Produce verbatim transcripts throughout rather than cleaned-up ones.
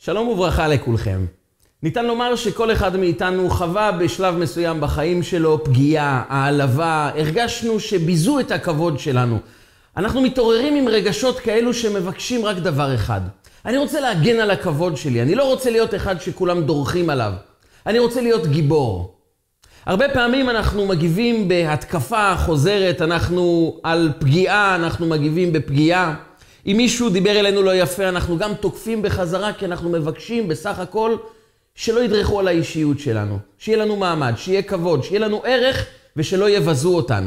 שלום וברכה לכולכם. ניתן לומר שכל אחד מאיתנו חווה בשלב מסוים בחיים שלו פגיעה, העלבה, הרגשנו שביזו את הכבוד שלנו. אנחנו מתעוררים עם רגשות כאלו שמבקשים רק דבר אחד. אני רוצה להגן על הכבוד שלי, אני לא רוצה להיות אחד שכולם דורכים עליו. אני רוצה להיות גיבור. הרבה פעמים אנחנו מגיבים בהתקפה חוזרת, אנחנו על פגיעה, אנחנו מגיבים בפגיעה. אם מישהו דיבר אלינו לא יפה, אנחנו גם תוקפים בחזרה, כי אנחנו מבקשים בסך הכל שלא ידרכו על האישיות שלנו. שיהיה לנו מעמד, שיהיה כבוד, שיהיה לנו ערך ושלא יבזו אותנו.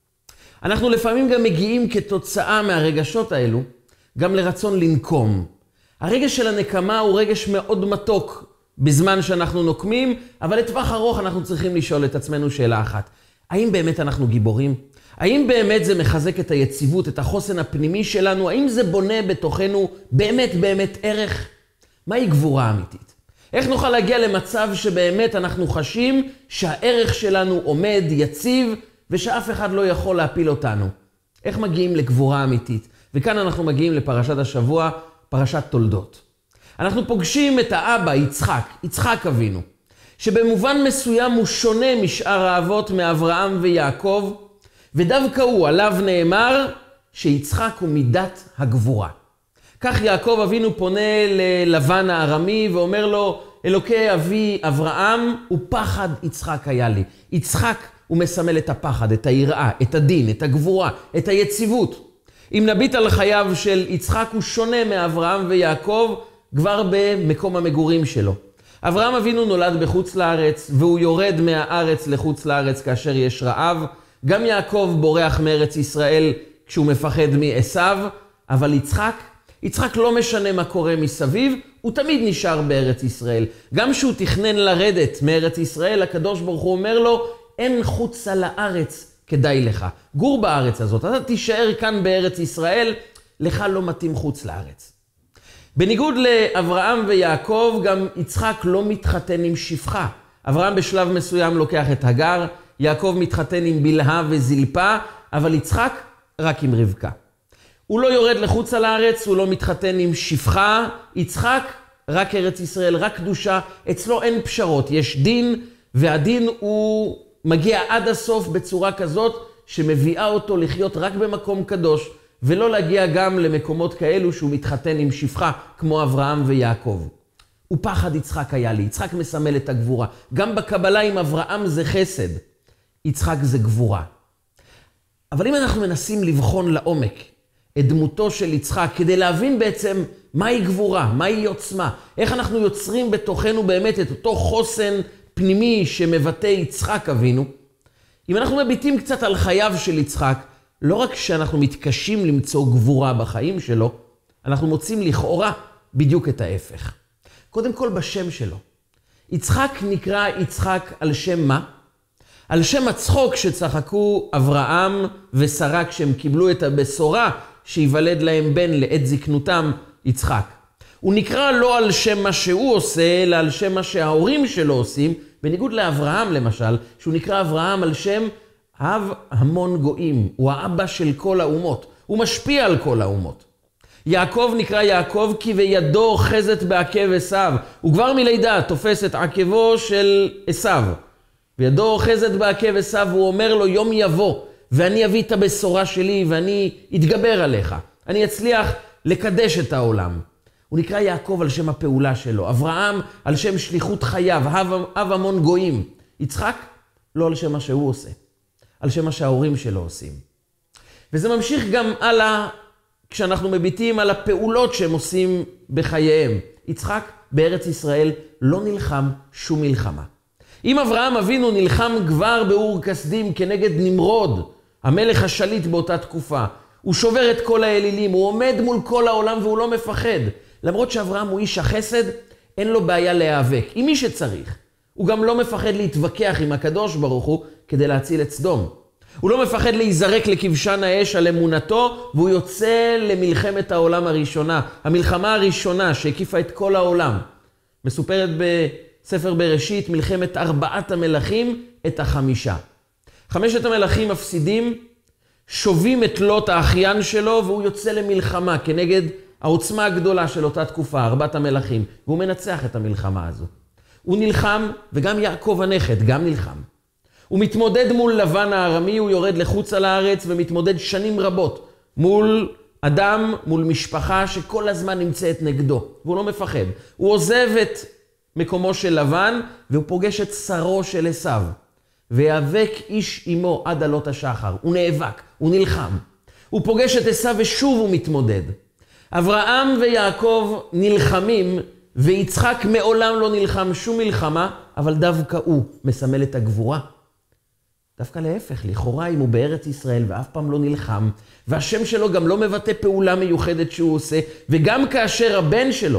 אנחנו לפעמים גם מגיעים כתוצאה מהרגשות האלו, גם לרצון לנקום. הרגש של הנקמה הוא רגש מאוד מתוק בזמן שאנחנו נוקמים, אבל לטווח ארוך אנחנו צריכים לשאול את עצמנו שאלה אחת. האם באמת אנחנו גיבורים? האם באמת זה מחזק את היציבות, את החוסן הפנימי שלנו? האם זה בונה בתוכנו באמת באמת ערך? מהי גבורה אמיתית? איך נוכל להגיע למצב שבאמת אנחנו חשים שהערך שלנו עומד יציב ושאף אחד לא יכול להפיל אותנו? איך מגיעים לגבורה אמיתית? וכאן אנחנו מגיעים לפרשת השבוע, פרשת תולדות. אנחנו פוגשים את האבא יצחק, יצחק אבינו, שבמובן מסוים הוא שונה משאר האבות מאברהם ויעקב, ודווקא הוא עליו נאמר שיצחק הוא מידת הגבורה. כך יעקב אבינו פונה ללבן הארמי ואומר לו, אלוקי אבי אברהם ופחד יצחק היה לי. יצחק הוא מסמל את הפחד, את היראה, את הדין, את הגבורה, את היציבות. אם נביט על חייו של יצחק הוא שונה מאברהם ויעקב כבר במקום המגורים שלו. אברהם אבינו נולד בחוץ לארץ והוא יורד מהארץ לחוץ לארץ כאשר יש רעב. גם יעקב בורח מארץ ישראל כשהוא מפחד מעשיו, אבל יצחק, יצחק לא משנה מה קורה מסביב, הוא תמיד נשאר בארץ ישראל. גם כשהוא תכנן לרדת מארץ ישראל, הקדוש ברוך הוא אומר לו, אין חוצה לארץ כדאי לך. גור בארץ הזאת, אתה תישאר כאן בארץ ישראל, לך לא מתאים חוץ לארץ. בניגוד לאברהם ויעקב, גם יצחק לא מתחתן עם שפחה. אברהם בשלב מסוים לוקח את הגר, יעקב מתחתן עם בלהה וזלפה, אבל יצחק רק עם רבקה. הוא לא יורד לחוץ על הארץ, הוא לא מתחתן עם שפחה. יצחק רק ארץ ישראל, רק קדושה. אצלו אין פשרות, יש דין, והדין הוא מגיע עד הסוף בצורה כזאת שמביאה אותו לחיות רק במקום קדוש, ולא להגיע גם למקומות כאלו שהוא מתחתן עם שפחה כמו אברהם ויעקב. ופחד יצחק היה לי, יצחק מסמל את הגבורה. גם בקבלה עם אברהם זה חסד, יצחק זה גבורה. אבל אם אנחנו מנסים לבחון לעומק את דמותו של יצחק, כדי להבין בעצם מהי גבורה, מהי עוצמה, איך אנחנו יוצרים בתוכנו באמת את אותו חוסן פנימי שמבטא יצחק אבינו, אם אנחנו מביטים קצת על חייו של יצחק, לא רק שאנחנו מתקשים למצוא גבורה בחיים שלו, אנחנו מוצאים לכאורה בדיוק את ההפך. קודם כל בשם שלו. יצחק נקרא יצחק על שם מה? על שם הצחוק שצחקו אברהם ושרה כשהם קיבלו את הבשורה שיוולד להם בן לעת זקנותם יצחק. הוא נקרא לא על שם מה שהוא עושה, אלא על שם מה שההורים שלו עושים, בניגוד לאברהם למשל, שהוא נקרא אברהם על שם אב המון גויים. הוא האבא של כל האומות, הוא משפיע על כל האומות. יעקב נקרא יעקב כי בידו אוחזת בעקב עשיו. הוא כבר מלידה תופס את עקבו של עשיו. וידו אוחזת בעקב עשיו, והוא אומר לו יום יבוא ואני אביא את הבשורה שלי ואני אתגבר עליך. אני אצליח לקדש את העולם. הוא נקרא יעקב על שם הפעולה שלו. אברהם על שם שליחות חייו, אב, אב המון גויים. יצחק לא על שם מה שהוא עושה, על שם מה שההורים שלו עושים. וזה ממשיך גם הלאה כשאנחנו מביטים על הפעולות שהם עושים בחייהם. יצחק בארץ ישראל לא נלחם שום מלחמה. אם אברהם אבינו נלחם כבר באור כסדים כנגד נמרוד, המלך השליט באותה תקופה, הוא שובר את כל האלילים, הוא עומד מול כל העולם והוא לא מפחד. למרות שאברהם הוא איש החסד, אין לו בעיה להיאבק עם מי שצריך. הוא גם לא מפחד להתווכח עם הקדוש ברוך הוא כדי להציל את סדום. הוא לא מפחד להיזרק לכבשן האש על אמונתו, והוא יוצא למלחמת העולם הראשונה. המלחמה הראשונה שהקיפה את כל העולם. מסופרת בספר בראשית, מלחמת ארבעת המלכים את החמישה. חמשת המלכים מפסידים, שובים את לוט האחיין שלו, והוא יוצא למלחמה כנגד העוצמה הגדולה של אותה תקופה, ארבעת המלכים, והוא מנצח את המלחמה הזו. הוא נלחם, וגם יעקב הנכד גם נלחם. הוא מתמודד מול לבן הארמי, הוא יורד לחוץ על הארץ ומתמודד שנים רבות מול אדם, מול משפחה שכל הזמן נמצאת נגדו, והוא לא מפחד. הוא עוזב את מקומו של לבן, והוא פוגש את שרו של עשיו. ויאבק איש עמו עד עלות השחר. הוא נאבק, הוא נלחם. הוא פוגש את עשיו ושוב הוא מתמודד. אברהם ויעקב נלחמים, ויצחק מעולם לא נלחם שום מלחמה, אבל דווקא הוא מסמל את הגבורה. דווקא להפך, לכאורה אם הוא בארץ ישראל ואף פעם לא נלחם, והשם שלו גם לא מבטא פעולה מיוחדת שהוא עושה, וגם כאשר הבן שלו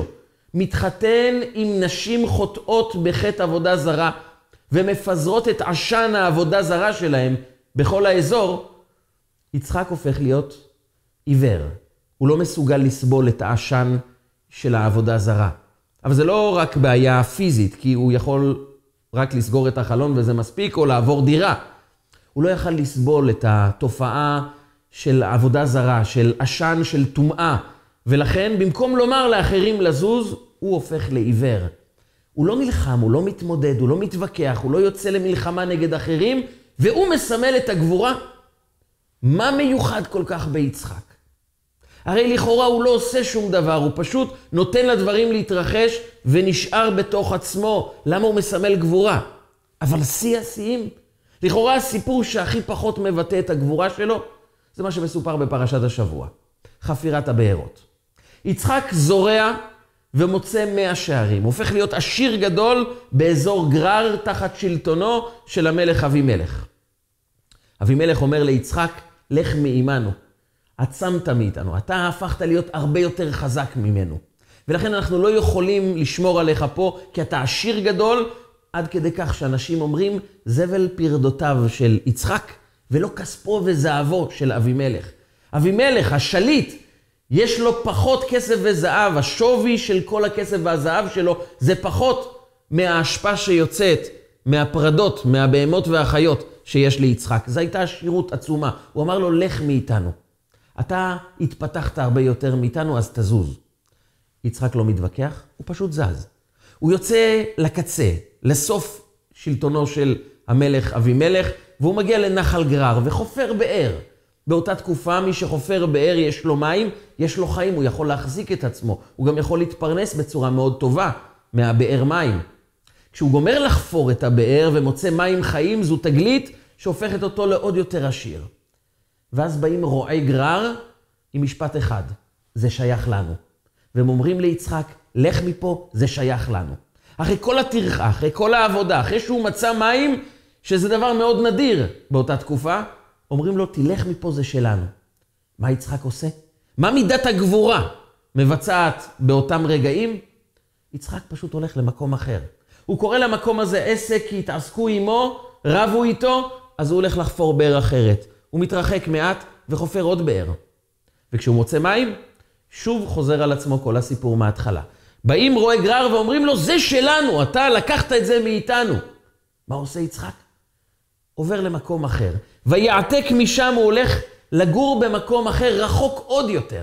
מתחתן עם נשים חוטאות בחטא עבודה זרה, ומפזרות את עשן העבודה זרה שלהם בכל האזור, יצחק הופך להיות עיוור. הוא לא מסוגל לסבול את העשן של העבודה זרה. אבל זה לא רק בעיה פיזית, כי הוא יכול רק לסגור את החלון וזה מספיק, או לעבור דירה. הוא לא יכל לסבול את התופעה של עבודה זרה, של עשן, של טומאה. ולכן, במקום לומר לאחרים לזוז, הוא הופך לעיוור. הוא לא נלחם, הוא לא מתמודד, הוא לא מתווכח, הוא לא יוצא למלחמה נגד אחרים, והוא מסמל את הגבורה. מה מיוחד כל כך ביצחק? הרי לכאורה הוא לא עושה שום דבר, הוא פשוט נותן לדברים להתרחש ונשאר בתוך עצמו. למה הוא מסמל גבורה? אבל שיא השיאים, לכאורה הסיפור שהכי פחות מבטא את הגבורה שלו, זה מה שמסופר בפרשת השבוע, חפירת הבארות. יצחק זורע ומוצא מאה שערים, הופך להיות עשיר גדול באזור גרר תחת שלטונו של המלך אבימלך. אבימלך אומר ליצחק, לך מעימנו, עצמת מאיתנו, אתה הפכת להיות הרבה יותר חזק ממנו. ולכן אנחנו לא יכולים לשמור עליך פה, כי אתה עשיר גדול, עד כדי כך שאנשים אומרים, זבל פרדותיו של יצחק, ולא כספו וזהבו של אבימלך. אבימלך, השליט, יש לו פחות כסף וזהב, השווי של כל הכסף והזהב שלו, זה פחות מההשפעה שיוצאת, מהפרדות, מהבהמות והחיות שיש ליצחק. זו הייתה עשירות עצומה. הוא אמר לו, לך מאיתנו. אתה התפתחת הרבה יותר מאיתנו, אז תזוז. יצחק לא מתווכח, הוא פשוט זז. הוא יוצא לקצה, לסוף שלטונו של המלך אבימלך, והוא מגיע לנחל גרר וחופר באר. באותה תקופה, מי שחופר באר יש לו מים, יש לו חיים, הוא יכול להחזיק את עצמו. הוא גם יכול להתפרנס בצורה מאוד טובה מהבאר מים. כשהוא גומר לחפור את הבאר ומוצא מים חיים, זו תגלית שהופכת אותו לעוד יותר עשיר. ואז באים רועי גרר עם משפט אחד, זה שייך לנו. והם אומרים ליצחק, לך מפה, זה שייך לנו. אחרי כל הטרחה, אחרי כל העבודה, אחרי שהוא מצא מים, שזה דבר מאוד נדיר באותה תקופה, אומרים לו, תלך מפה, זה שלנו. מה יצחק עושה? מה מידת הגבורה מבצעת באותם רגעים? יצחק פשוט הולך למקום אחר. הוא קורא למקום הזה עסק, כי התעסקו עמו, רבו איתו, אז הוא הולך לחפור באר אחרת. הוא מתרחק מעט וחופר עוד באר. וכשהוא מוצא מים, שוב חוזר על עצמו כל הסיפור מההתחלה. באים רועי גרר ואומרים לו, זה שלנו, אתה לקחת את זה מאיתנו. מה עושה יצחק? עובר למקום אחר. ויעתק משם, הוא הולך לגור במקום אחר, רחוק עוד יותר.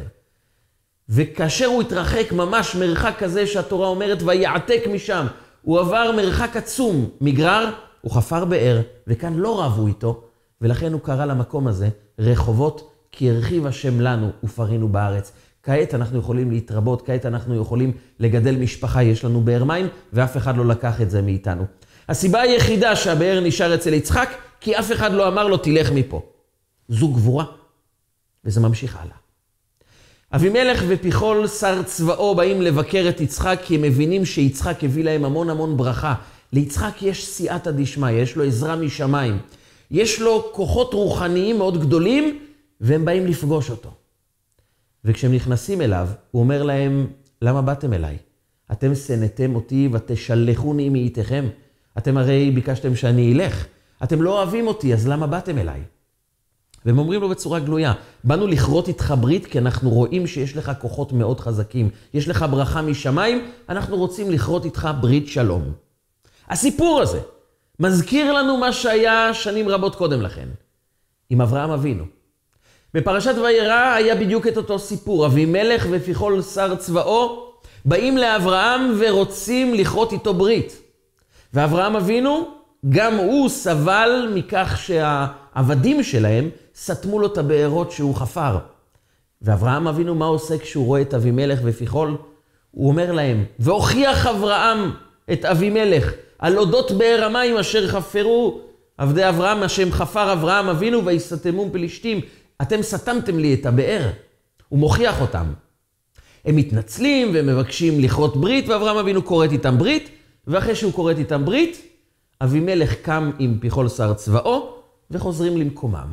וכאשר הוא התרחק ממש מרחק כזה שהתורה אומרת, ויעתק משם, הוא עבר מרחק עצום מגרר, הוא חפר באר, וכאן לא רבו איתו, ולכן הוא קרא למקום הזה רחובות, כי הרחיב השם לנו ופרינו בארץ. כעת אנחנו יכולים להתרבות, כעת אנחנו יכולים לגדל משפחה, יש לנו באר מים, ואף אחד לא לקח את זה מאיתנו. הסיבה היחידה שהבאר נשאר אצל יצחק, כי אף אחד לא אמר לו, תלך מפה. זו גבורה, וזה ממשיך הלאה. אבימלך ופיכול שר צבאו באים לבקר את יצחק, כי הם מבינים שיצחק הביא להם המון המון ברכה. ליצחק יש סייעתא דשמיא, יש לו עזרה משמיים. יש לו כוחות רוחניים מאוד גדולים, והם באים לפגוש אותו. וכשהם נכנסים אליו, הוא אומר להם, למה באתם אליי? אתם שנאתם אותי ותשלחוני מאיתכם. אתם הרי ביקשתם שאני אלך. אתם לא אוהבים אותי, אז למה באתם אליי? והם אומרים לו בצורה גלויה, באנו לכרות איתך ברית, כי אנחנו רואים שיש לך כוחות מאוד חזקים. יש לך ברכה משמיים, אנחנו רוצים לכרות איתך ברית שלום. הסיפור הזה מזכיר לנו מה שהיה שנים רבות קודם לכן, עם אברהם אבינו. בפרשת וירא היה בדיוק את אותו סיפור. אבימלך ופיכול שר צבאו באים לאברהם ורוצים לכרות איתו ברית. ואברהם אבינו, גם הוא סבל מכך שהעבדים שלהם סתמו לו את הבארות שהוא חפר. ואברהם אבינו מה עושה כשהוא רואה את אבימלך ופיכול? הוא אומר להם, והוכיח אברהם את אבימלך על אודות באר המים אשר חפרו עבדי אברהם, השם חפר אברהם אבינו ויסתמו פלישתים. אתם סתמתם לי את הבאר. הוא מוכיח אותם. הם מתנצלים ומבקשים לכרות ברית, ואברהם אבינו כורת איתם ברית, ואחרי שהוא כורת איתם ברית, אבימלך קם עם פיכול שר צבאו, וחוזרים למקומם.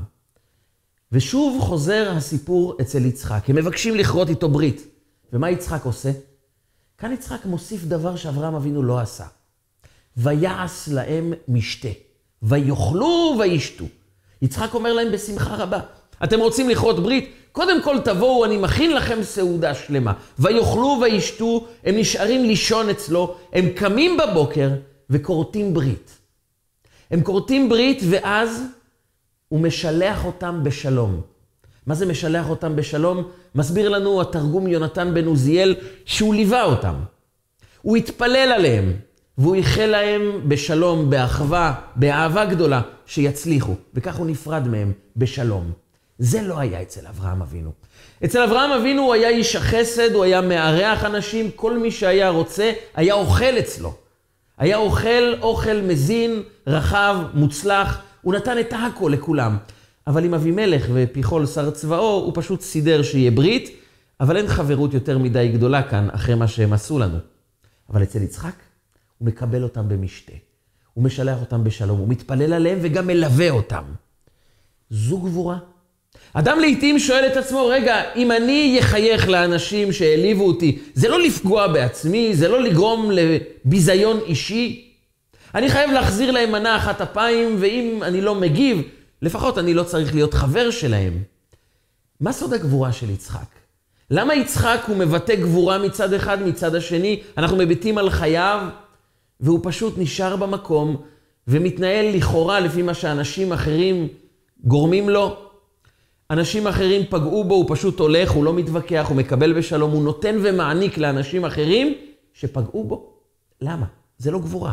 ושוב חוזר הסיפור אצל יצחק. הם מבקשים לכרות איתו ברית. ומה יצחק עושה? כאן יצחק מוסיף דבר שאברהם אבינו לא עשה. ויעש להם משתה. ויאכלו וישתו. יצחק אומר להם בשמחה רבה. אתם רוצים לכרות ברית? קודם כל תבואו, אני מכין לכם סעודה שלמה. ויאכלו וישתו, הם נשארים לישון אצלו, הם קמים בבוקר וכורתים ברית. הם כורתים ברית ואז הוא משלח אותם בשלום. מה זה משלח אותם בשלום? מסביר לנו התרגום יונתן בן עוזיאל שהוא ליווה אותם. הוא התפלל עליהם והוא איחל להם בשלום, באחווה, באהבה גדולה שיצליחו. וכך הוא נפרד מהם בשלום. זה לא היה אצל אברהם אבינו. אצל אברהם אבינו הוא היה איש החסד, הוא היה מארח אנשים, כל מי שהיה רוצה היה אוכל אצלו. היה אוכל, אוכל מזין, רחב, מוצלח, הוא נתן את הכל לכולם. אבל עם אבימלך ופיכול שר צבאו, הוא פשוט סידר שיהיה ברית, אבל אין חברות יותר מדי גדולה כאן אחרי מה שהם עשו לנו. אבל אצל יצחק, הוא מקבל אותם במשתה. הוא משלח אותם בשלום, הוא מתפלל עליהם וגם מלווה אותם. זו גבורה. אדם לעתים שואל את עצמו, רגע, אם אני יחייך לאנשים שהעליבו אותי, זה לא לפגוע בעצמי, זה לא לגרום לביזיון אישי. אני חייב להחזיר להם מנה אחת אפיים, ואם אני לא מגיב, לפחות אני לא צריך להיות חבר שלהם. מה סוד הגבורה של יצחק? למה יצחק הוא מבטא גבורה מצד אחד, מצד השני? אנחנו מביטים על חייו, והוא פשוט נשאר במקום, ומתנהל לכאורה לפי מה שאנשים אחרים גורמים לו. אנשים אחרים פגעו בו, הוא פשוט הולך, הוא לא מתווכח, הוא מקבל בשלום, הוא נותן ומעניק לאנשים אחרים שפגעו בו. למה? זה לא גבורה.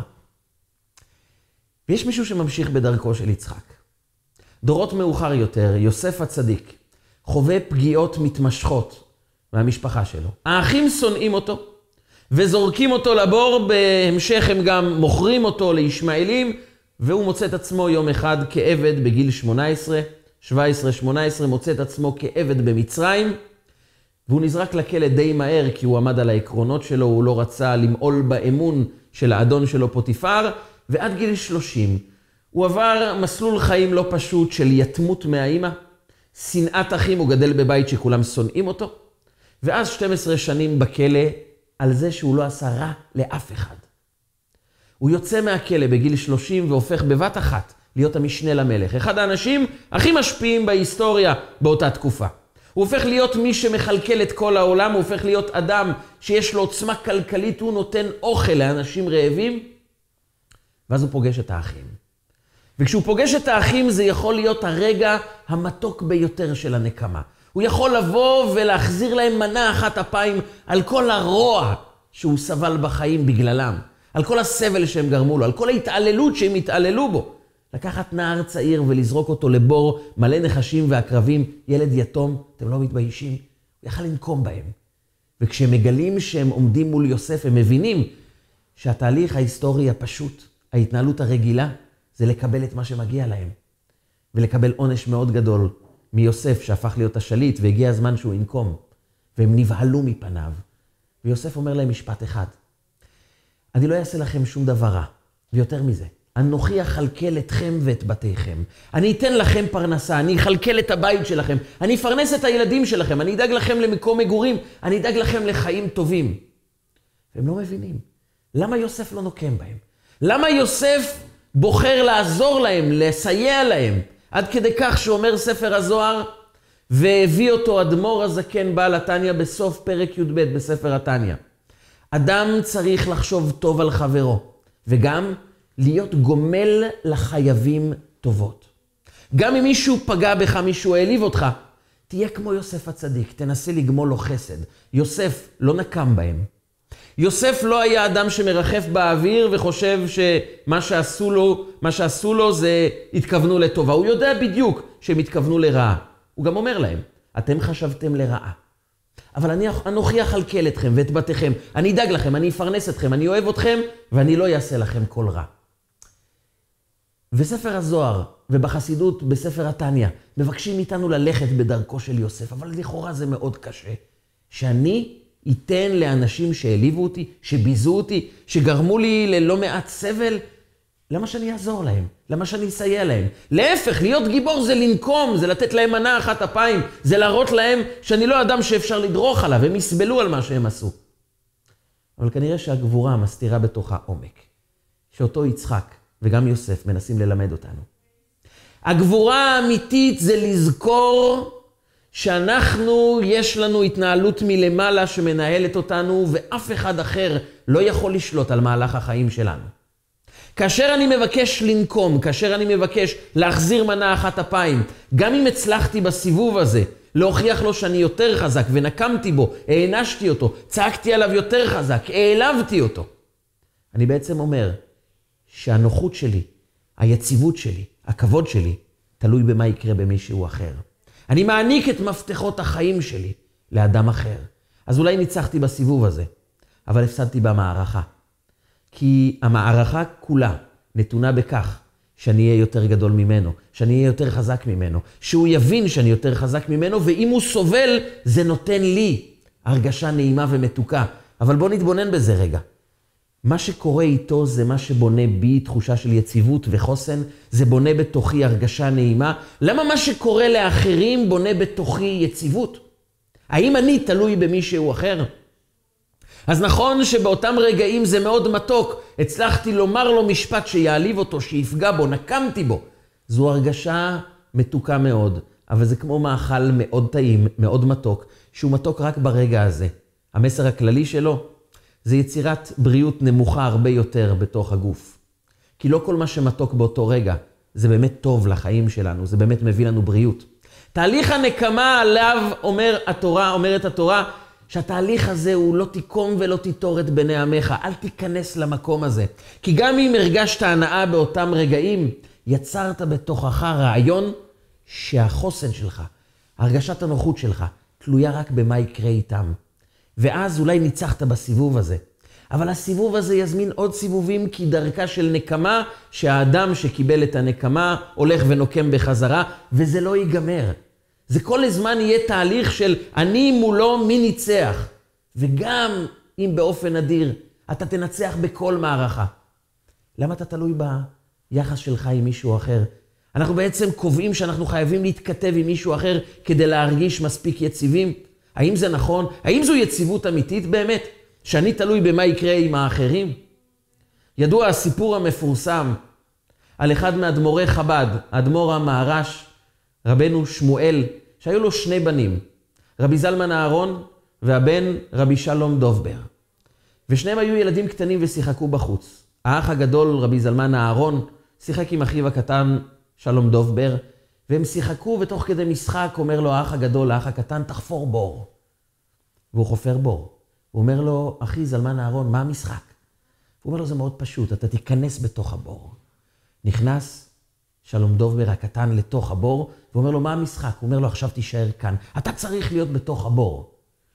ויש מישהו שממשיך בדרכו של יצחק. דורות מאוחר יותר, יוסף הצדיק, חווה פגיעות מתמשכות מהמשפחה שלו. האחים שונאים אותו וזורקים אותו לבור, בהמשך הם גם מוכרים אותו לישמעאלים, והוא מוצא את עצמו יום אחד כעבד בגיל שמונה עשרה, שבע עשרה שמונה עשרה, מוצא את עצמו כעבד במצרים, והוא נזרק לכלא די מהר כי הוא עמד על העקרונות שלו, הוא לא רצה למעול באמון של האדון שלו פוטיפר, ועד גיל שלושים הוא עבר מסלול חיים לא פשוט של יתמות מהאימא, שנאת אחים, הוא גדל בבית שכולם שונאים אותו, ואז שתים עשרה שנים בכלא על זה שהוא לא עשה רע לאף אחד. הוא יוצא מהכלא בגיל שלושים והופך בבת אחת להיות המשנה למלך. אחד האנשים הכי משפיעים בהיסטוריה באותה תקופה. הוא הופך להיות מי שמחלקל את כל העולם, הוא הופך להיות אדם שיש לו עוצמה כלכלית, הוא נותן אוכל לאנשים רעבים, ואז הוא פוגש את האחים. וכשהוא פוגש את האחים זה יכול להיות הרגע המתוק ביותר של הנקמה. הוא יכול לבוא ולהחזיר להם מנה אחת אפיים על כל הרוע שהוא סבל בחיים בגללם, על כל הסבל שהם גרמו לו, על כל ההתעללות שהם התעללו בו. לקחת נער צעיר ולזרוק אותו לבור מלא נחשים ועקרבים, ילד יתום, אתם לא מתביישים? הוא יכל לנקום בהם. וכשהם מגלים שהם עומדים מול יוסף, הם מבינים שהתהליך ההיסטורי הפשוט, ההתנהלות הרגילה, זה לקבל את מה שמגיע להם. ולקבל עונש מאוד גדול מיוסף שהפך להיות השליט, והגיע הזמן שהוא ינקום. והם נבהלו מפניו. ויוסף אומר להם משפט אחד. אני לא אעשה לכם שום דבר רע. ויותר מזה, אנוכי אכלכל אתכם ואת בתיכם. אני אתן לכם פרנסה, אני אכלכל את הבית שלכם, אני אפרנס את הילדים שלכם, אני אדאג לכם למקום מגורים, אני אדאג לכם לחיים טובים. והם לא מבינים. למה יוסף לא נוקם בהם? למה יוסף בוחר לעזור להם, לסייע להם? עד כדי כך שאומר ספר הזוהר, והביא אותו אדמו"ר הזקן בעל התניא בסוף פרק י"ב בספר התניא. אדם צריך לחשוב טוב על חברו, וגם להיות גומל לחייבים טובות. גם אם מישהו פגע בך, מישהו העליב אותך, תהיה כמו יוסף הצדיק, תנסה לגמול לו חסד. יוסף לא נקם בהם. יוסף לא היה אדם שמרחף באוויר וחושב שמה שעשו לו, מה שעשו לו זה התכוונו לטובה. הוא יודע בדיוק שהם התכוונו לרעה. הוא גם אומר להם, אתם חשבתם לרעה. אבל אני אנוכי אכלכל אתכם ואת בתיכם. אני אדאג לכם, אני אפרנס אתכם, אני אוהב אתכם ואני לא אעשה לכם כל רע. וספר הזוהר ובחסידות בספר התניא מבקשים איתנו ללכת בדרכו של יוסף, אבל לכאורה זה מאוד קשה. שאני ייתן לאנשים שהעליבו אותי, שביזו אותי, שגרמו לי ללא מעט סבל, למה שאני אעזור להם? למה שאני אסייע להם? להפך, להיות גיבור זה לנקום, זה לתת להם מנה אחת אפיים, זה להראות להם שאני לא אדם שאפשר לדרוך עליו, הם יסבלו על מה שהם עשו. אבל כנראה שהגבורה מסתירה בתוכה עומק, שאותו יצחק וגם יוסף מנסים ללמד אותנו. הגבורה האמיתית זה לזכור שאנחנו, יש לנו התנהלות מלמעלה שמנהלת אותנו, ואף אחד אחר לא יכול לשלוט על מהלך החיים שלנו. כאשר אני מבקש לנקום, כאשר אני מבקש להחזיר מנה אחת אפיים, גם אם הצלחתי בסיבוב הזה, להוכיח לו שאני יותר חזק ונקמתי בו, הענשתי אותו, צעקתי עליו יותר חזק, העלבתי אותו. אני בעצם אומר שהנוחות שלי, היציבות שלי, הכבוד שלי, תלוי במה יקרה במישהו אחר. אני מעניק את מפתחות החיים שלי לאדם אחר. אז אולי ניצחתי בסיבוב הזה, אבל הפסדתי במערכה. כי המערכה כולה נתונה בכך שאני אהיה יותר גדול ממנו, שאני אהיה יותר חזק ממנו, שהוא יבין שאני יותר חזק ממנו, ואם הוא סובל, זה נותן לי הרגשה נעימה ומתוקה. אבל בוא נתבונן בזה רגע. מה שקורה איתו זה מה שבונה בי תחושה של יציבות וחוסן, זה בונה בתוכי הרגשה נעימה. למה מה שקורה לאחרים בונה בתוכי יציבות? האם אני תלוי במישהו אחר? אז נכון שבאותם רגעים זה מאוד מתוק, הצלחתי לומר לו משפט שיעליב אותו, שיפגע בו, נקמתי בו. זו הרגשה מתוקה מאוד, אבל זה כמו מאכל מאוד טעים, מאוד מתוק, שהוא מתוק רק ברגע הזה. המסר הכללי שלו זה יצירת בריאות נמוכה הרבה יותר בתוך הגוף. כי לא כל מה שמתוק באותו רגע, זה באמת טוב לחיים שלנו, זה באמת מביא לנו בריאות. תהליך הנקמה עליו אומר התורה, אומרת התורה, שהתהליך הזה הוא לא תיקום ולא תיטור את בני עמך, אל תיכנס למקום הזה. כי גם אם הרגשת הנאה באותם רגעים, יצרת בתוכך רעיון שהחוסן שלך, הרגשת הנוחות שלך, תלויה רק במה יקרה איתם. ואז אולי ניצחת בסיבוב הזה. אבל הסיבוב הזה יזמין עוד סיבובים, כי דרכה של נקמה, שהאדם שקיבל את הנקמה הולך ונוקם בחזרה, וזה לא ייגמר. זה כל הזמן יהיה תהליך של אני מולו מי ניצח. וגם אם באופן אדיר, אתה תנצח בכל מערכה. למה אתה תלוי ביחס שלך עם מישהו אחר? אנחנו בעצם קובעים שאנחנו חייבים להתכתב עם מישהו אחר כדי להרגיש מספיק יציבים. האם זה נכון? האם זו יציבות אמיתית באמת? שאני תלוי במה יקרה עם האחרים? ידוע הסיפור המפורסם על אחד מאדמו"רי חב"ד, האדמו"ר המהר"ש, רבנו שמואל, שהיו לו שני בנים, רבי זלמן אהרון והבן רבי שלום דובבר. ושניהם היו ילדים קטנים ושיחקו בחוץ. האח הגדול, רבי זלמן אהרון, שיחק עם אחיו הקטן שלום דובבר, והם שיחקו ותוך כדי משחק אומר לו האח הגדול, האח הקטן, תחפור בור. והוא חופר בור. הוא אומר לו, אחי זלמן אהרון, מה המשחק? הוא אומר לו, זה מאוד פשוט, אתה תיכנס בתוך הבור. נכנס שלום דובבר הקטן לתוך הבור, ואומר לו, מה המשחק? הוא אומר לו, עכשיו תישאר כאן. אתה צריך להיות בתוך הבור.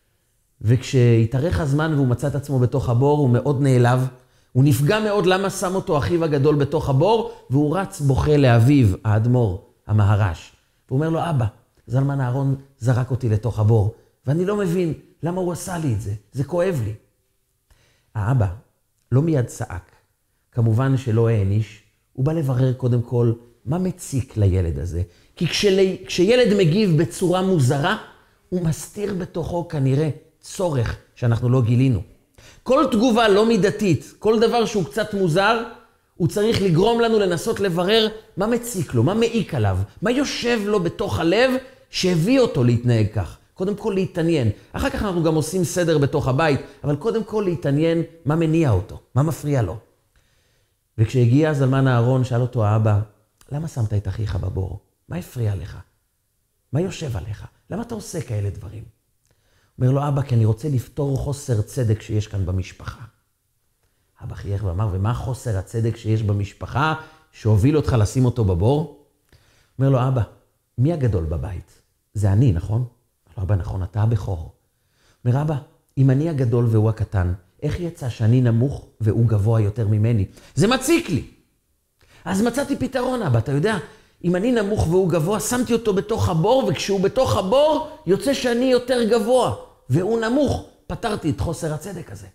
וכשהתארך הזמן והוא מצא את עצמו בתוך הבור, הוא מאוד נעלב. הוא נפגע מאוד למה שם אותו אחיו הגדול בתוך הבור, והוא רץ בוכה לאביו, האדמו"ר, המהר"ש. הוא אומר לו, אבא, זלמן אהרון זרק אותי לתוך הבור, ואני לא מבין למה הוא עשה לי את זה. זה כואב לי. האבא לא מיד צעק. כמובן שלא העניש. הוא בא לברר קודם כל מה מציק לילד הזה. כי כשל... כשילד מגיב בצורה מוזרה, הוא מסתיר בתוכו כנראה צורך שאנחנו לא גילינו. כל תגובה לא מידתית, כל דבר שהוא קצת מוזר, הוא צריך לגרום לנו לנסות לברר מה מציק לו, מה מעיק עליו, מה יושב לו בתוך הלב שהביא אותו להתנהג כך. קודם כל להתעניין. אחר כך אנחנו גם עושים סדר בתוך הבית, אבל קודם כל להתעניין מה מניע אותו, מה מפריע לו. וכשהגיע זלמן אהרון, שאל אותו האבא, למה שמת את אחיך בבור? מה הפריע לך? מה יושב עליך? למה אתה עושה כאלה דברים? אומר לו, אבא, כי אני רוצה לפתור חוסר צדק שיש כאן במשפחה. אבא חייך ואמר, ומה חוסר הצדק שיש במשפחה שהוביל אותך לשים אותו בבור? אומר לו, אבא, מי הגדול בבית? זה אני, נכון? אומר לו, אבא, נכון, אתה הבכור. אומר, אבא, אם אני הגדול והוא הקטן, איך יצא שאני נמוך והוא גבוה יותר ממני? זה מציק לי. אז מצאתי פתרון, אבא, אתה יודע, אם אני נמוך והוא גבוה, שמתי אותו בתוך הבור, וכשהוא בתוך הבור, יוצא שאני יותר גבוה, והוא נמוך. פתרתי את חוסר הצדק הזה.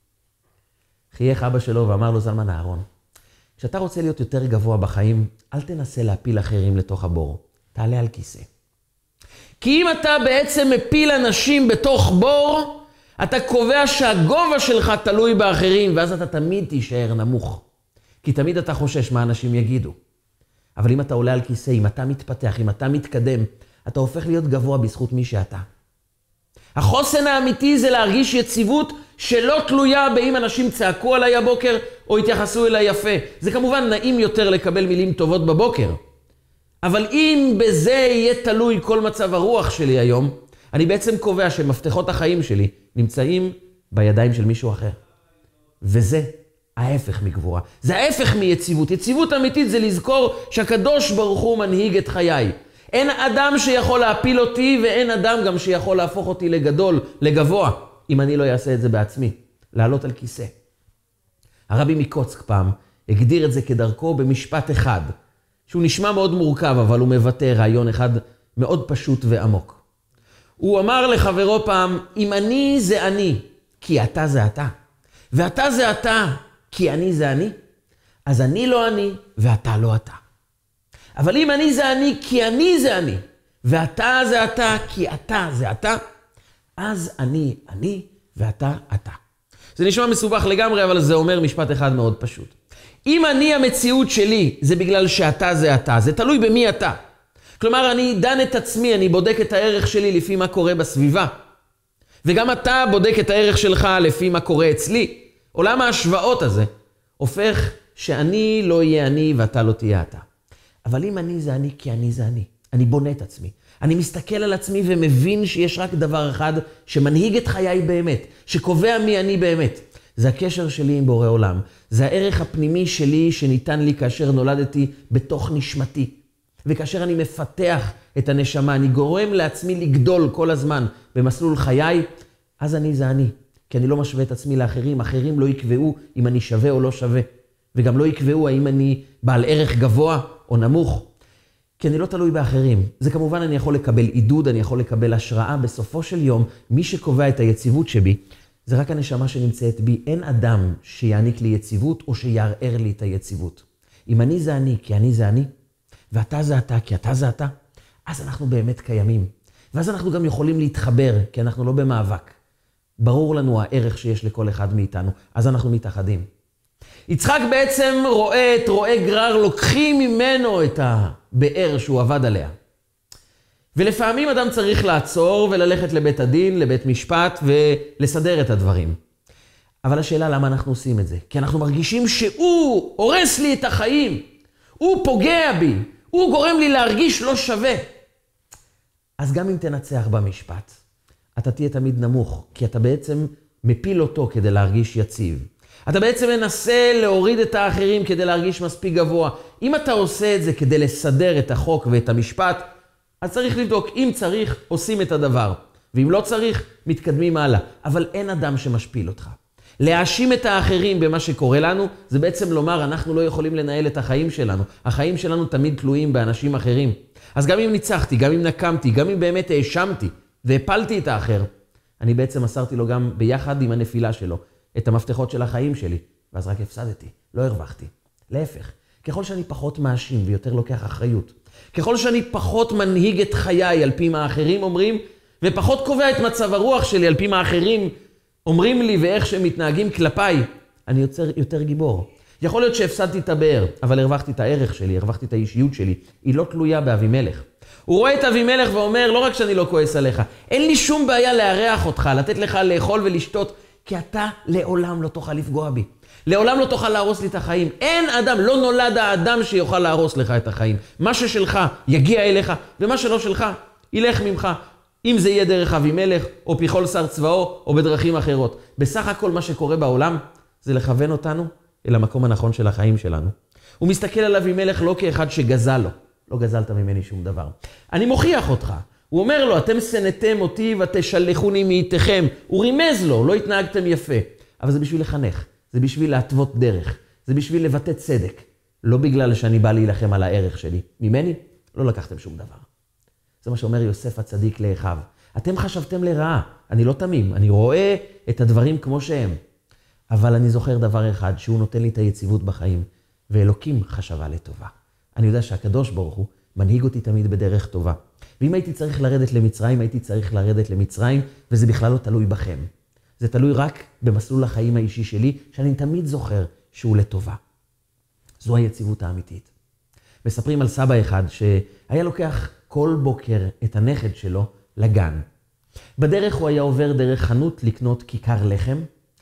חייך אבא שלו ואמר לו, זלמן אהרון, כשאתה רוצה להיות יותר גבוה בחיים, אל תנסה להפיל אחרים לתוך הבור. תעלה על כיסא. כי אם אתה בעצם מפיל אנשים בתוך בור, אתה קובע שהגובה שלך תלוי באחרים, ואז אתה תמיד תישאר נמוך. כי תמיד אתה חושש מה אנשים יגידו. אבל אם אתה עולה על כיסא, אם אתה מתפתח, אם אתה מתקדם, אתה הופך להיות גבוה בזכות מי שאתה. החוסן האמיתי זה להרגיש יציבות שלא תלויה באם אנשים צעקו עליי הבוקר או התייחסו אליי יפה. זה כמובן נעים יותר לקבל מילים טובות בבוקר. אבל אם בזה יהיה תלוי כל מצב הרוח שלי היום, אני בעצם קובע שמפתחות החיים שלי נמצאים בידיים של מישהו אחר. וזה ההפך מגבורה. זה ההפך מיציבות. יציבות אמיתית זה לזכור שהקדוש ברוך הוא מנהיג את חיי. אין אדם שיכול להפיל אותי, ואין אדם גם שיכול להפוך אותי לגדול, לגבוה, אם אני לא אעשה את זה בעצמי. לעלות על כיסא. הרבי מקוצק פעם הגדיר את זה כדרכו במשפט אחד, שהוא נשמע מאוד מורכב, אבל הוא מבטא רעיון אחד מאוד פשוט ועמוק. הוא אמר לחברו פעם, אם אני זה אני, כי אתה זה אתה, ואתה זה אתה, כי אני זה אני, אז אני לא אני, ואתה לא אתה. אבל אם אני זה אני, כי אני זה אני, ואתה זה אתה, כי אתה זה אתה, אז אני אני, ואתה אתה. זה נשמע מסובך לגמרי, אבל זה אומר משפט אחד מאוד פשוט. אם אני המציאות שלי, זה בגלל שאתה זה אתה, זה תלוי במי אתה. כלומר, אני דן את עצמי, אני בודק את הערך שלי לפי מה קורה בסביבה. וגם אתה בודק את הערך שלך לפי מה קורה אצלי. עולם ההשוואות הזה הופך שאני לא יהיה אני ואתה לא תהיה אתה. אבל אם אני זה אני, כי אני זה אני. אני בונה את עצמי. אני מסתכל על עצמי ומבין שיש רק דבר אחד שמנהיג את חיי באמת, שקובע מי אני באמת. זה הקשר שלי עם בורא עולם. זה הערך הפנימי שלי שניתן לי כאשר נולדתי בתוך נשמתי. וכאשר אני מפתח את הנשמה, אני גורם לעצמי לגדול כל הזמן במסלול חיי, אז אני זה אני. כי אני לא משווה את עצמי לאחרים. אחרים לא יקבעו אם אני שווה או לא שווה. וגם לא יקבעו האם אני בעל ערך גבוה או נמוך. כי אני לא תלוי באחרים. זה כמובן אני יכול לקבל עידוד, אני יכול לקבל השראה. בסופו של יום, מי שקובע את היציבות שבי, זה רק הנשמה שנמצאת בי. אין אדם שיעניק לי יציבות או שיערער לי את היציבות. אם אני זה אני, כי אני זה אני, ואתה זה אתה, כי אתה זה אתה, אז אנחנו באמת קיימים. ואז אנחנו גם יכולים להתחבר, כי אנחנו לא במאבק. ברור לנו הערך שיש לכל אחד מאיתנו, אז אנחנו מתאחדים. יצחק בעצם רואה את רועה גרר, לוקחים ממנו את הבאר שהוא עבד עליה. ולפעמים אדם צריך לעצור וללכת לבית הדין, לבית משפט, ולסדר את הדברים. אבל השאלה למה אנחנו עושים את זה? כי אנחנו מרגישים שהוא הורס לי את החיים, הוא פוגע בי, הוא גורם לי להרגיש לא שווה. אז גם אם תנצח במשפט, אתה תהיה תמיד נמוך, כי אתה בעצם מפיל אותו כדי להרגיש יציב. אתה בעצם מנסה להוריד את האחרים כדי להרגיש מספיק גבוה. אם אתה עושה את זה כדי לסדר את החוק ואת המשפט, אז צריך לבדוק, אם צריך, עושים את הדבר. ואם לא צריך, מתקדמים הלאה. אבל אין אדם שמשפיל אותך. להאשים את האחרים במה שקורה לנו, זה בעצם לומר, אנחנו לא יכולים לנהל את החיים שלנו. החיים שלנו תמיד תלויים באנשים אחרים. אז גם אם ניצחתי, גם אם נקמתי, גם אם באמת האשמתי והפלתי את האחר, אני בעצם מסרתי לו גם ביחד עם הנפילה שלו את המפתחות של החיים שלי, ואז רק הפסדתי, לא הרווחתי. להפך, ככל שאני פחות מאשים ויותר לוקח אחריות, ככל שאני פחות מנהיג את חיי על פי מה האחרים אומרים, ופחות קובע את מצב הרוח שלי על פי מה האחרים אומרים לי ואיך שהם מתנהגים כלפיי, אני יוצר יותר גיבור. יכול להיות שהפסדתי את הבאר, אבל הרווחתי את הערך שלי, הרווחתי את האישיות שלי. היא לא תלויה באבימלך. הוא רואה את אבימלך ואומר, לא רק שאני לא כועס עליך, אין לי שום בעיה לארח אותך, לתת לך לאכול ולשתות, כי אתה לעולם לא תוכל לפגוע בי. לעולם לא תוכל להרוס לי את החיים. אין אדם, לא נולד האדם שיוכל להרוס לך את החיים. מה ששלך יגיע אליך, ומה שלא שלך ילך ממך. אם זה יהיה דרך אבימלך, או פיכול שר צבאו, או בדרכים אחרות. בסך הכל מה שקורה בעולם, זה לכוון אותנו אל המקום הנכון של החיים שלנו. הוא מסתכל על אבימלך לא כאחד שגזל לו. לא גזלת ממני שום דבר. אני מוכיח אותך. הוא אומר לו, אתם שנאתם אותי ותשלחוני מאיתכם. הוא רימז לו, לא התנהגתם יפה. אבל זה בשביל לחנך. זה בשביל להתוות דרך. זה בשביל לבטא צדק. לא בגלל שאני בא להילחם על הערך שלי. ממני לא לקחתם שום דבר. זה מה שאומר יוסף הצדיק לאחיו. אתם חשבתם לרעה. אני לא תמים. אני רואה את הדברים כמו שהם. אבל אני זוכר דבר אחד, שהוא נותן לי את היציבות בחיים. ואלוקים חשבה לטובה. אני יודע שהקדוש ברוך הוא מנהיג אותי תמיד בדרך טובה. ואם הייתי צריך לרדת למצרים, הייתי צריך לרדת למצרים, וזה בכלל לא תלוי בכם. זה תלוי רק במסלול החיים האישי שלי, שאני תמיד זוכר שהוא לטובה. זו היציבות האמיתית. מספרים על סבא אחד שהיה לוקח כל בוקר את הנכד שלו לגן. בדרך הוא היה עובר דרך חנות לקנות כיכר לחם,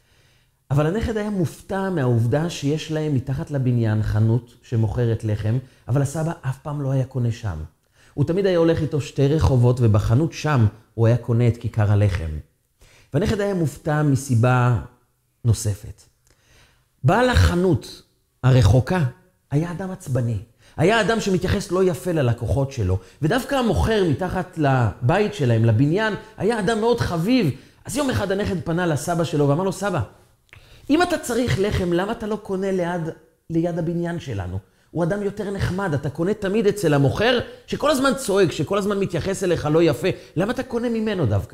אבל הנכד היה מופתע מהעובדה שיש להם מתחת לבניין חנות שמוכרת לחם, אבל הסבא אף פעם לא היה קונה שם. הוא תמיד היה הולך איתו שתי רחובות, ובחנות שם הוא היה קונה את כיכר הלחם. והנכד היה מופתע מסיבה נוספת. בעל החנות הרחוקה היה אדם עצבני. היה אדם שמתייחס לא יפה ללקוחות שלו, ודווקא המוכר מתחת לבית שלהם, לבניין, היה אדם מאוד חביב. אז יום אחד הנכד פנה לסבא שלו ואמר לו, סבא, אם אתה צריך לחם, למה אתה לא קונה ליד, ליד הבניין שלנו? הוא אדם יותר נחמד, אתה קונה תמיד אצל המוכר, שכל הזמן צועק, שכל הזמן מתייחס אליך לא יפה. למה אתה קונה ממנו דווקא?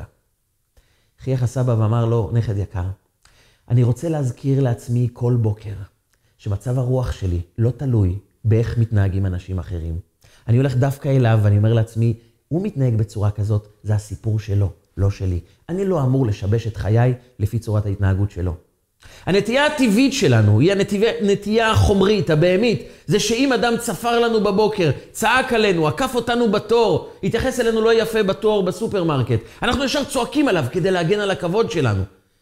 חייך הסבא ואמר לו, נכד יקר, אני רוצה להזכיר לעצמי כל בוקר, שמצב הרוח שלי לא תלוי באיך מתנהגים אנשים אחרים. אני הולך דווקא אליו ואני אומר לעצמי, הוא מתנהג בצורה כזאת, זה הסיפור שלו, לא שלי. אני לא אמור לשבש את חיי לפי צורת ההתנהגות שלו. הנטייה הטבעית שלנו היא הנטייה החומרית, הבהמית. זה שאם אדם צפר לנו בבוקר, צעק עלינו, עקף אותנו בתור, התייחס אלינו לא יפה בתור בסופרמרקט, אנחנו ישר צועקים עליו כדי להגן על הכבוד שלנו.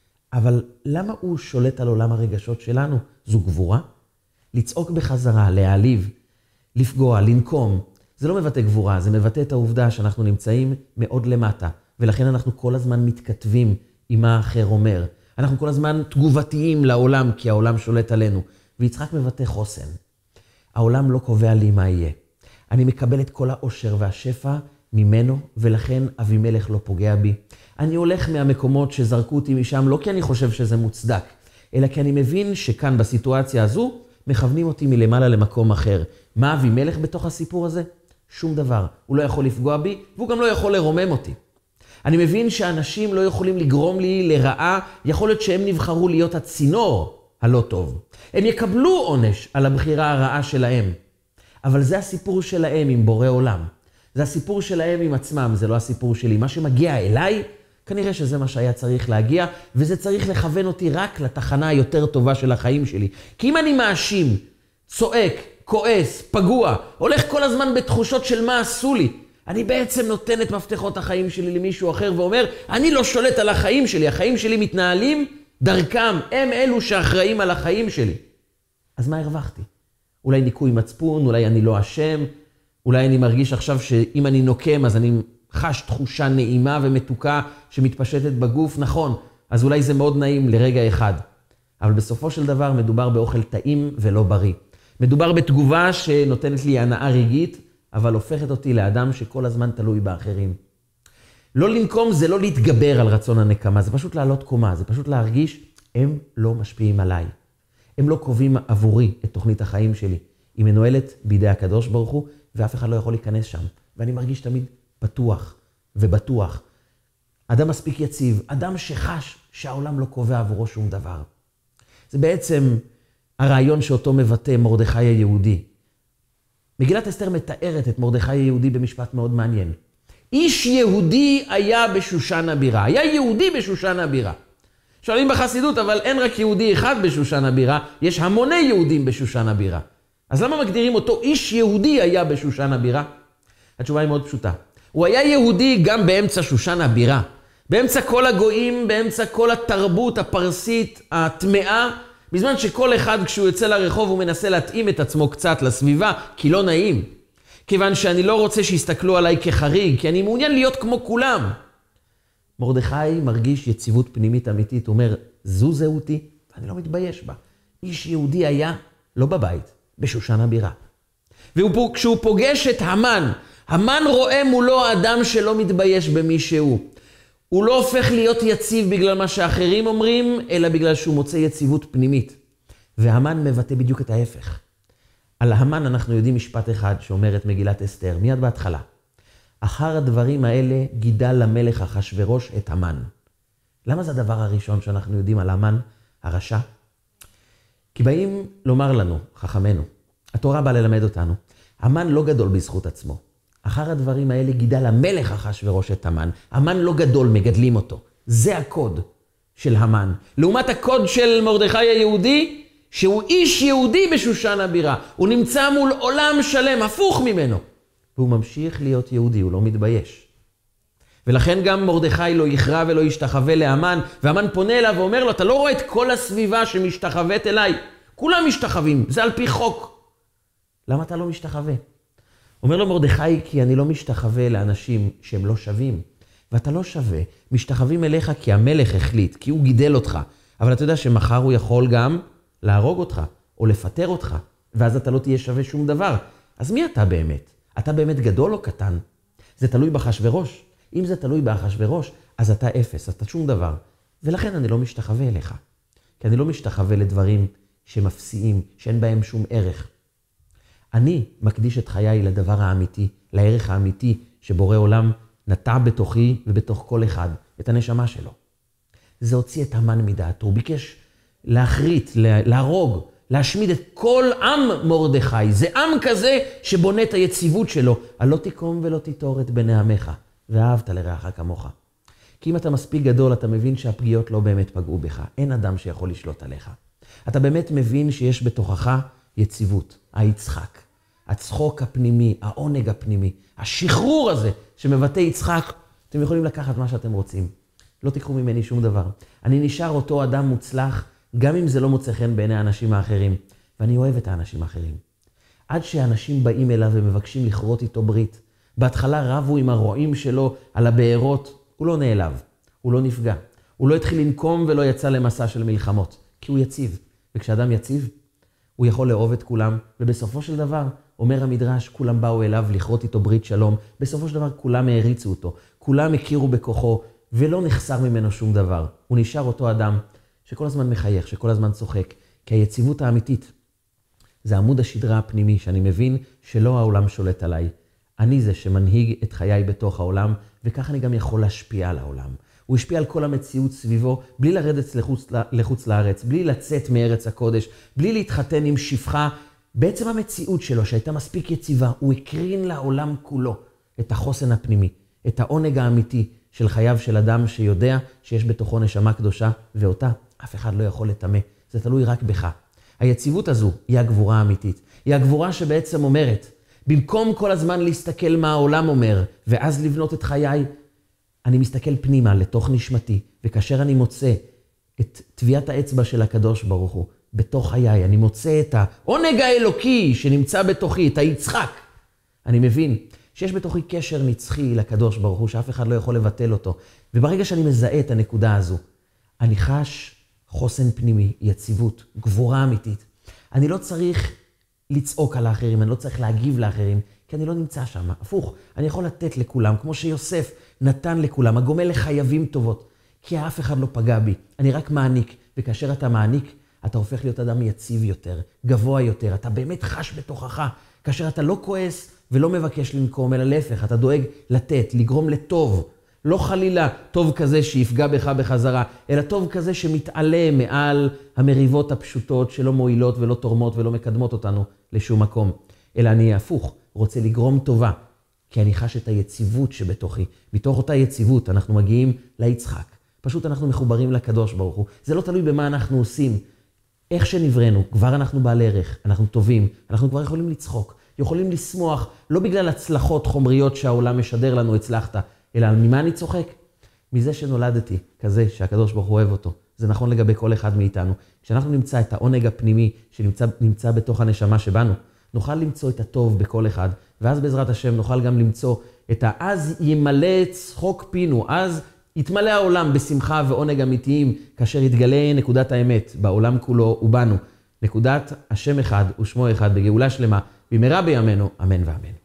אבל למה הוא שולט על עולם הרגשות שלנו? זו גבורה? לצעוק בחזרה, להעליב, לפגוע, לנקום. זה לא מבטא גבורה, זה מבטא את העובדה שאנחנו נמצאים מאוד למטה, ולכן אנחנו כל הזמן מתכתבים עם מה האחר אומר. אנחנו כל הזמן תגובתיים לעולם, כי העולם שולט עלינו. ויצחק מבטא חוסן. העולם לא קובע לי מה יהיה. אני מקבל את כל העושר והשפע ממנו, ולכן אבימלך לא פוגע בי. אני הולך מהמקומות שזרקו אותי משם, לא כי אני חושב שזה מוצדק, אלא כי אני מבין שכאן בסיטואציה הזו, מכוונים אותי מלמעלה למקום אחר. מה אבימלך בתוך הסיפור הזה? שום דבר. הוא לא יכול לפגוע בי, והוא גם לא יכול לרומם אותי. אני מבין שאנשים לא יכולים לגרום לי לרעה, יכול להיות שהם נבחרו להיות הצינור הלא טוב. הם יקבלו עונש על הבחירה הרעה שלהם. אבל זה הסיפור שלהם עם בורא עולם. זה הסיפור שלהם עם עצמם, זה לא הסיפור שלי. מה שמגיע אליי, כנראה שזה מה שהיה צריך להגיע, וזה צריך לכוון אותי רק לתחנה היותר טובה של החיים שלי. כי אם אני מאשים, צועק, כועס, פגוע, הולך כל הזמן בתחושות של מה עשו לי, אני בעצם נותן את מפתחות החיים שלי למישהו אחר ואומר, אני לא שולט על החיים שלי, החיים שלי מתנהלים דרכם, הם אלו שאחראים על החיים שלי. אז מה הרווחתי? אולי ניקוי מצפון, אולי אני לא אשם, אולי אני מרגיש עכשיו שאם אני נוקם אז אני חש תחושה נעימה ומתוקה שמתפשטת בגוף, נכון, אז אולי זה מאוד נעים לרגע אחד. אבל בסופו של דבר מדובר באוכל טעים ולא בריא. מדובר בתגובה שנותנת לי הנאה רגעית, אבל הופכת אותי לאדם שכל הזמן תלוי באחרים. לא לנקום זה לא להתגבר על רצון הנקמה, זה פשוט לעלות קומה, זה פשוט להרגיש, הם לא משפיעים עליי. הם לא קובעים עבורי את תוכנית החיים שלי. היא מנוהלת בידי הקדוש ברוך הוא, ואף אחד לא יכול להיכנס שם. ואני מרגיש תמיד פתוח ובטוח. אדם מספיק יציב, אדם שחש שהעולם לא קובע עבורו שום דבר. זה בעצם הרעיון שאותו מבטא מרדכי היהודי. מגילת אסתר מתארת את מרדכי היהודי במשפט מאוד מעניין. איש יהודי היה בשושן הבירה. היה יהודי בשושן הבירה. שואלים בחסידות, אבל אין רק יהודי אחד בשושן הבירה, יש המוני יהודים בשושן הבירה. אז למה מגדירים אותו איש יהודי היה בשושן הבירה? התשובה היא מאוד פשוטה. הוא היה יהודי גם באמצע שושן הבירה. באמצע כל הגויים, באמצע כל התרבות הפרסית, הטמאה, בזמן שכל אחד כשהוא יוצא לרחוב הוא מנסה להתאים את עצמו קצת לסביבה, כי לא נעים. כיוון שאני לא רוצה שיסתכלו עליי כחריג, כי אני מעוניין להיות כמו כולם. מרדכי מרגיש יציבות פנימית אמיתית, הוא אומר, זו זהותי, ואני לא מתבייש בה. איש יהודי היה לא בבית, בשושן הבירה. וכשהוא פוגש את המן, המן רואה מולו אדם שלא מתבייש במי שהוא. הוא לא הופך להיות יציב בגלל מה שאחרים אומרים, אלא בגלל שהוא מוצא יציבות פנימית. והמן מבטא בדיוק את ההפך. על המן אנחנו יודעים משפט אחד שאומר את מגילת אסתר, מיד בהתחלה. אחר הדברים האלה גידל למלך אחשוורוש את המן. למה זה הדבר הראשון שאנחנו יודעים על המן הרשע? כי באים לומר לנו, חכמנו, התורה באה ללמד אותנו, המן לא גדול בזכות עצמו. אחר הדברים האלה גידל המלך אחשוורוש את המן. המן לא גדול, מגדלים אותו. זה הקוד של המן. לעומת הקוד של מרדכי היהודי, שהוא איש יהודי בשושן הבירה. הוא נמצא מול עולם שלם, הפוך ממנו. והוא ממשיך להיות יהודי, הוא לא מתבייש. ולכן גם מרדכי לא יכרע ולא ישתחווה להמן, והמן פונה אליו ואומר לו, אתה לא רואה את כל הסביבה שמשתחוות אליי? כולם משתחווים, זה על פי חוק. למה אתה לא משתחווה? אומר לו מרדכי, כי אני לא משתחווה לאנשים שהם לא שווים. ואתה לא שווה, משתחווים אליך כי המלך החליט, כי הוא גידל אותך. אבל אתה יודע שמחר הוא יכול גם להרוג אותך, או לפטר אותך, ואז אתה לא תהיה שווה שום דבר. אז מי אתה באמת? אתה באמת גדול או קטן? זה תלוי באחשוורוש. אם זה תלוי באחשוורוש, אז אתה אפס, אתה שום דבר. ולכן אני לא משתחווה אליך. כי אני לא משתחווה לדברים שמפסיעים, שאין בהם שום ערך. אני מקדיש את חיי לדבר האמיתי, לערך האמיתי שבורא עולם נטע בתוכי ובתוך כל אחד, את הנשמה שלו. זה הוציא את המן מדעתו, הוא ביקש להחריט, להרוג, להשמיד את כל עם מרדכי. זה עם כזה שבונה את היציבות שלו, הלא תקום ולא תיטור את בני עמך, ואהבת לרעך כמוך. כי אם אתה מספיק גדול, אתה מבין שהפגיעות לא באמת פגעו בך. אין אדם שיכול לשלוט עליך. אתה באמת מבין שיש בתוכך יציבות, היצחק, הצחוק הפנימי, העונג הפנימי, השחרור הזה שמבטא יצחק. אתם יכולים לקחת מה שאתם רוצים. לא תיקחו ממני שום דבר. אני נשאר אותו אדם מוצלח, גם אם זה לא מוצא חן בעיני האנשים האחרים. ואני אוהב את האנשים האחרים. עד שאנשים באים אליו ומבקשים לכרות איתו ברית. בהתחלה רבו עם הרועים שלו על הבארות. הוא לא נעלב, הוא לא נפגע. הוא לא התחיל לנקום ולא יצא למסע של מלחמות. כי הוא יציב. וכשאדם יציב, הוא יכול לאהוב את כולם. ובסופו של דבר, אומר המדרש, כולם באו אליו לכרות איתו ברית שלום. בסופו של דבר, כולם העריצו אותו. כולם הכירו בכוחו, ולא נחסר ממנו שום דבר. הוא נשאר אותו אדם שכל הזמן מחייך, שכל הזמן צוחק. כי היציבות האמיתית, זה עמוד השדרה הפנימי, שאני מבין שלא העולם שולט עליי. אני זה שמנהיג את חיי בתוך העולם, וכך אני גם יכול להשפיע על העולם. הוא השפיע על כל המציאות סביבו, בלי לרדת לחוץ, לחוץ לארץ, בלי לצאת מארץ הקודש, בלי להתחתן עם שפחה. בעצם המציאות שלו, שהייתה מספיק יציבה, הוא הקרין לעולם כולו את החוסן הפנימי, את העונג האמיתי של חייו של אדם שיודע שיש בתוכו נשמה קדושה, ואותה אף אחד לא יכול לטמא. זה תלוי רק בך. היציבות הזו היא הגבורה האמיתית. היא הגבורה שבעצם אומרת, במקום כל הזמן להסתכל מה העולם אומר, ואז לבנות את חיי, אני מסתכל פנימה לתוך נשמתי, וכאשר אני מוצא את טביעת האצבע של הקדוש ברוך הוא, בתוך חיי, אני מוצא את העונג האלוקי שנמצא בתוכי, את היצחק. אני מבין שיש בתוכי קשר נצחי לקדוש ברוך הוא, שאף אחד לא יכול לבטל אותו. וברגע שאני מזהה את הנקודה הזו, אני חש חוסן פנימי, יציבות, גבורה אמיתית. אני לא צריך לצעוק על האחרים, אני לא צריך להגיב לאחרים, כי אני לא נמצא שם. הפוך, אני יכול לתת לכולם, כמו שיוסף נתן לכולם, הגומל לחייבים טובות, כי אף אחד לא פגע בי. אני רק מעניק, וכאשר אתה מעניק, אתה הופך להיות אדם יציב יותר, גבוה יותר, אתה באמת חש בתוכך, כאשר אתה לא כועס ולא מבקש לנקום, אלא להפך, אתה דואג לתת, לגרום לטוב, לא חלילה טוב כזה שיפגע בך בחזרה, אלא טוב כזה שמתעלה מעל המריבות הפשוטות שלא מועילות ולא תורמות ולא מקדמות אותנו לשום מקום. אלא אני הפוך, רוצה לגרום טובה, כי אני חש את היציבות שבתוכי. מתוך אותה יציבות אנחנו מגיעים ליצחק. פשוט אנחנו מחוברים לקדוש ברוך הוא. זה לא תלוי במה אנחנו עושים. איך שנברנו, כבר אנחנו בעל ערך, אנחנו טובים, אנחנו כבר יכולים לצחוק, יכולים לשמוח, לא בגלל הצלחות חומריות שהעולם משדר לנו הצלחת, אלא ממה אני צוחק? מזה שנולדתי, כזה שהקדוש ברוך הוא אוהב אותו. זה נכון לגבי כל אחד מאיתנו. כשאנחנו נמצא את העונג הפנימי שנמצא נמצא בתוך הנשמה שבנו, נוכל למצוא את הטוב בכל אחד, ואז בעזרת השם נוכל גם למצוא את ה"אז ימלא צחוק פינו", אז יתמלא העולם בשמחה ועונג אמיתיים, כאשר יתגלה נקודת האמת בעולם כולו ובנו. נקודת השם אחד ושמו אחד בגאולה שלמה, במהרה בימינו, אמן ואמן.